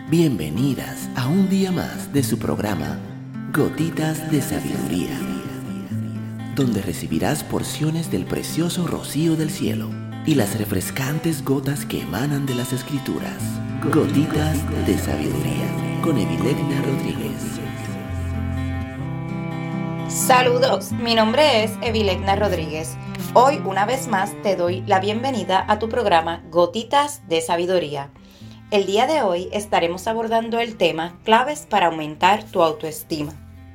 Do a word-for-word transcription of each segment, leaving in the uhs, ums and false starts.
Bienvenidas a un día más de su programa Gotitas de Sabiduría, donde recibirás porciones del precioso rocío del cielo y las refrescantes gotas que emanan de las Escrituras. Gotitas de Sabiduría con Evilegna Rodríguez. Saludos, mi nombre es Evilegna Rodríguez. Hoy una vez más te doy la bienvenida a tu programa Gotitas de Sabiduría. El día de hoy estaremos abordando el tema claves para aumentar tu autoestima.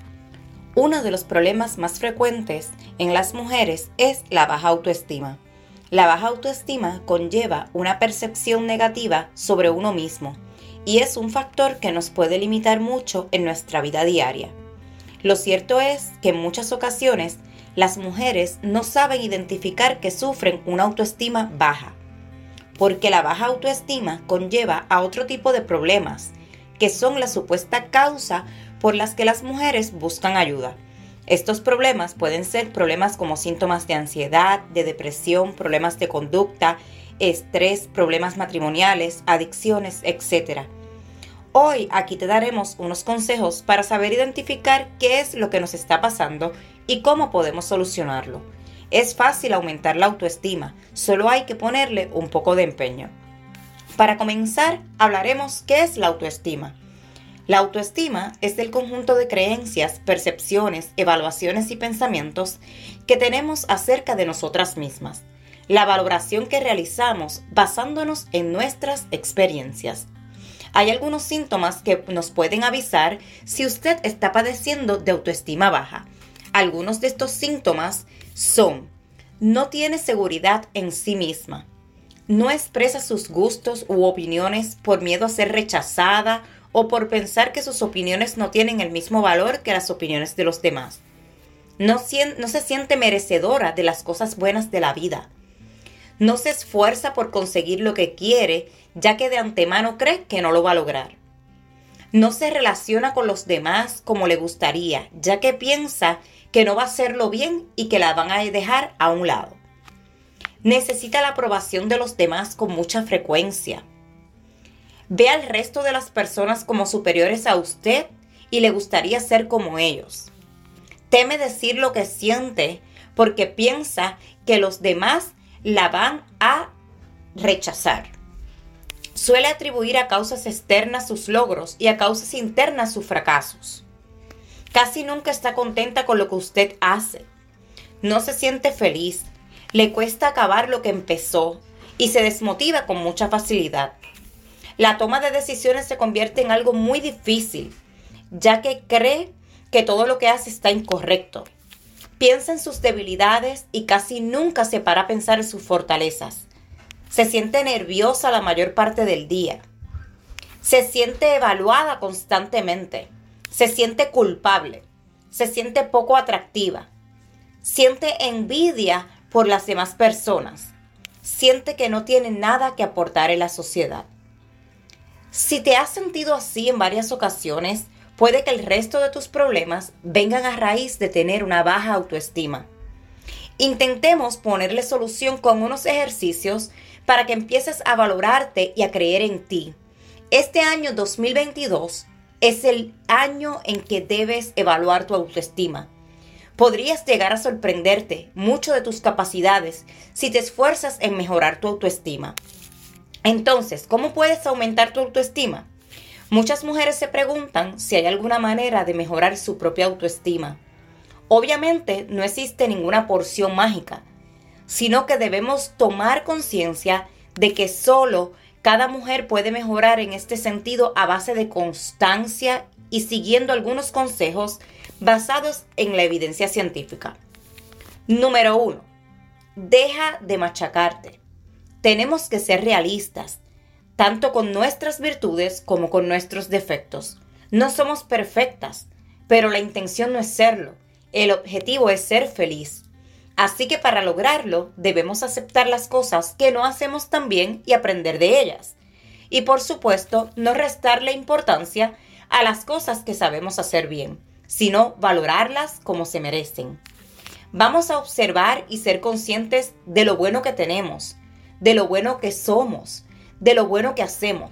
Uno de los problemas más frecuentes en las mujeres es la baja autoestima. La baja autoestima conlleva una percepción negativa sobre uno mismo y es un factor que nos puede limitar mucho en nuestra vida diaria. Lo cierto es que en muchas ocasiones las mujeres no saben identificar que sufren una autoestima baja, porque la baja autoestima conlleva a otro tipo de problemas, que son la supuesta causa por las que las mujeres buscan ayuda. Estos problemas pueden ser problemas como síntomas de ansiedad, de depresión, problemas de conducta, estrés, problemas matrimoniales, adicciones, etcétera. Hoy aquí te daremos unos consejos para saber identificar qué es lo que nos está pasando y cómo podemos solucionarlo. Es fácil aumentar la autoestima, solo hay que ponerle un poco de empeño. Para comenzar, hablaremos qué es la autoestima. La autoestima es el conjunto de creencias, percepciones, evaluaciones y pensamientos que tenemos acerca de nosotras mismas. La valoración que realizamos basándonos en nuestras experiencias. Hay algunos síntomas que nos pueden avisar si usted está padeciendo de autoestima baja. Algunos de estos síntomas son: no tiene seguridad en sí misma, no expresa sus gustos u opiniones por miedo a ser rechazada o por pensar que sus opiniones no tienen el mismo valor que las opiniones de los demás. No, sien- no se siente merecedora de las cosas buenas de la vida. No se esfuerza por conseguir lo que quiere, ya que de antemano cree que no lo va a lograr. No se relaciona con los demás como le gustaría, ya que piensa que no va a hacerlo bien y que la van a dejar a un lado. Necesita la aprobación de los demás con mucha frecuencia. Ve al resto de las personas como superiores a usted y le gustaría ser como ellos. Teme decir lo que siente porque piensa que los demás la van a rechazar. Suele atribuir a causas externas sus logros y a causas internas sus fracasos. Casi nunca está contenta con lo que usted hace. No se siente feliz. Le cuesta acabar lo que empezó y se desmotiva con mucha facilidad. La toma de decisiones se convierte en algo muy difícil, ya que cree que todo lo que hace está incorrecto. Piensa en sus debilidades y casi nunca se para a pensar en sus fortalezas. Se siente nerviosa la mayor parte del día. Se siente evaluada constantemente. Se siente culpable. Se siente poco atractiva. Siente envidia por las demás personas. Siente que no tiene nada que aportar en la sociedad. Si te has sentido así en varias ocasiones, puede que el resto de tus problemas vengan a raíz de tener una baja autoestima. Intentemos ponerle solución con unos ejercicios para que empieces a valorarte y a creer en ti. Este año dos mil veintidós es el año en que debes evaluar tu autoestima. Podrías llegar a sorprenderte mucho de tus capacidades si te esfuerzas en mejorar tu autoestima. Entonces, ¿cómo puedes aumentar tu autoestima? Muchas mujeres se preguntan si hay alguna manera de mejorar su propia autoestima. Obviamente no existe ninguna porción mágica, sino que debemos tomar conciencia de que solo cada mujer puede mejorar en este sentido a base de constancia y siguiendo algunos consejos basados en la evidencia científica. Número uno. Deja de machacarte. Tenemos que ser realistas, tanto con nuestras virtudes como con nuestros defectos. No somos perfectas, pero la intención no es serlo. El objetivo es ser feliz. Así que para lograrlo, debemos aceptar las cosas que no hacemos tan bien y aprender de ellas. Y por supuesto, no restarle importancia a las cosas que sabemos hacer bien, sino valorarlas como se merecen. Vamos a observar y ser conscientes de lo bueno que tenemos, de lo bueno que somos, de lo bueno que hacemos.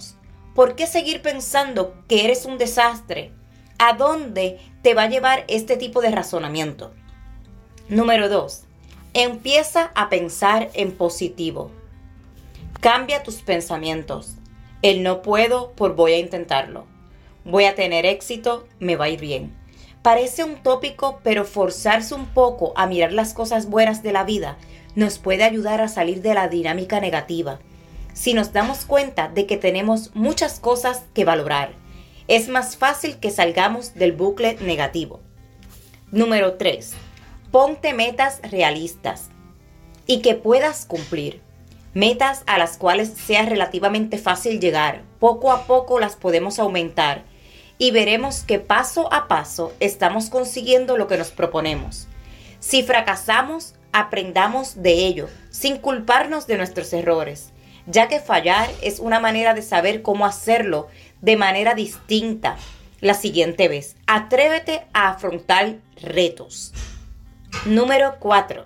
¿Por qué seguir pensando que eres un desastre? ¿A dónde te va a llevar este tipo de razonamiento? Número dos. Empieza a pensar en positivo. Cambia tus pensamientos. El no puedo, por voy a intentarlo. Voy a tener éxito, me va a ir bien. Parece un tópico, pero forzarse un poco a mirar las cosas buenas de la vida nos puede ayudar a salir de la dinámica negativa. Si nos damos cuenta de que tenemos muchas cosas que valorar, es más fácil que salgamos del bucle negativo. Número tres. Ponte metas realistas y que puedas cumplir. Metas a las cuales sea relativamente fácil llegar. Poco a poco las podemos aumentar y veremos que paso a paso estamos consiguiendo lo que nos proponemos. Si fracasamos, aprendamos de ello, sin culparnos de nuestros errores, ya que fallar es una manera de saber cómo hacerlo de manera distinta la siguiente vez. Atrévete a afrontar retos. Número cuatro.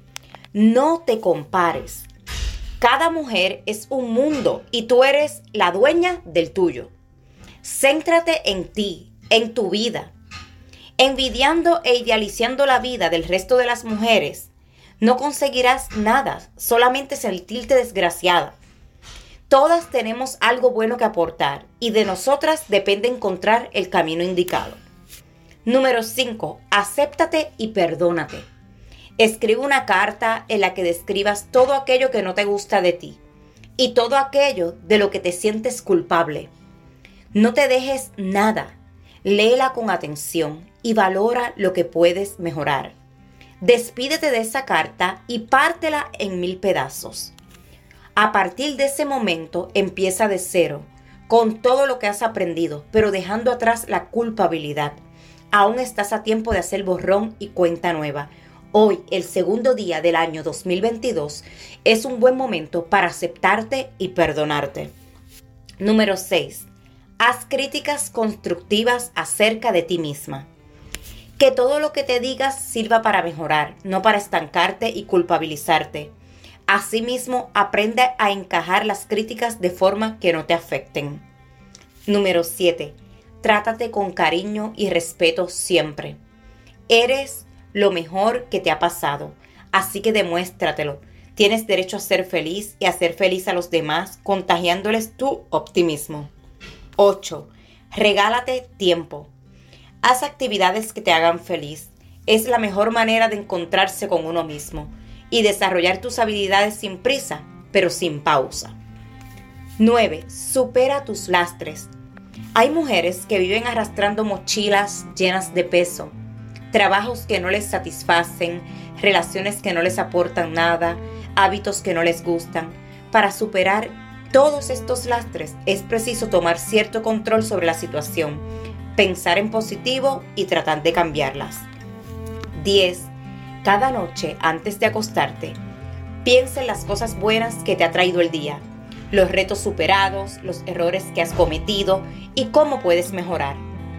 No te compares. Cada mujer es un mundo y tú eres la dueña del tuyo. Céntrate en ti, en tu vida. Envidiando e idealizando la vida del resto de las mujeres, no conseguirás nada, solamente sentirte desgraciada. Todas tenemos algo bueno que aportar y de nosotras depende encontrar el camino indicado. Número cinco. Acéptate y perdónate. Escribe una carta en la que describas todo aquello que no te gusta de ti y todo aquello de lo que te sientes culpable. No te dejes nada. Léela con atención y valora lo que puedes mejorar. Despídete de esa carta y pártela en mil pedazos. A partir de ese momento empieza de cero, con todo lo que has aprendido, pero dejando atrás la culpabilidad. Aún estás a tiempo de hacer borrón y cuenta nueva. Hoy, el segundo día del año dos mil veintidós, es un buen momento para aceptarte y perdonarte. Número seis. Haz críticas constructivas acerca de ti misma. Que todo lo que te digas sirva para mejorar, no para estancarte y culpabilizarte. Asimismo, aprende a encajar las críticas de forma que no te afecten. Número siete. Trátate con cariño y respeto siempre. Eres lo mejor que te ha pasado, así que demuéstratelo. Tienes derecho a ser feliz y a hacer feliz a los demás, contagiándoles tu optimismo. ocho. Regálate tiempo. Haz actividades que te hagan feliz. Es la mejor manera de encontrarse con uno mismo y desarrollar tus habilidades sin prisa, pero sin pausa. nueve. Supera tus lastres. Hay mujeres que viven arrastrando mochilas llenas de peso, trabajos que no les satisfacen, relaciones que no les aportan nada, hábitos que no les gustan. Para superar todos estos lastres es preciso tomar cierto control sobre la situación, pensar en positivo y tratar de cambiarlas. diez. Cada noche antes de acostarte, piensa en las cosas buenas que te ha traído el día, los retos superados, los errores que has cometido y cómo puedes mejorar.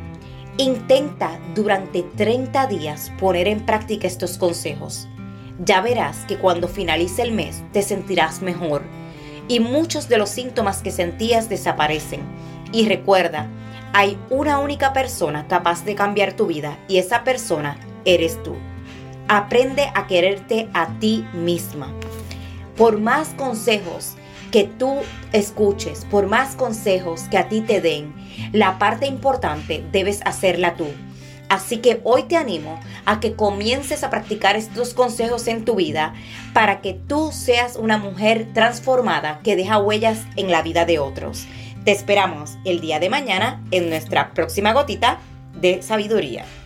Intenta durante treinta días poner en práctica estos consejos. Ya verás que cuando finalice el mes te sentirás mejor y muchos de los síntomas que sentías desaparecen. Y recuerda, hay una única persona capaz de cambiar tu vida y esa persona eres tú. Aprende a quererte a ti misma. Por más consejos que tú escuches, por más consejos que a ti te den, la parte importante debes hacerla tú. Así que hoy te animo a que comiences a practicar estos consejos en tu vida para que tú seas una mujer transformada que deja huellas en la vida de otros. Te esperamos el día de mañana en nuestra próxima gotita de sabiduría.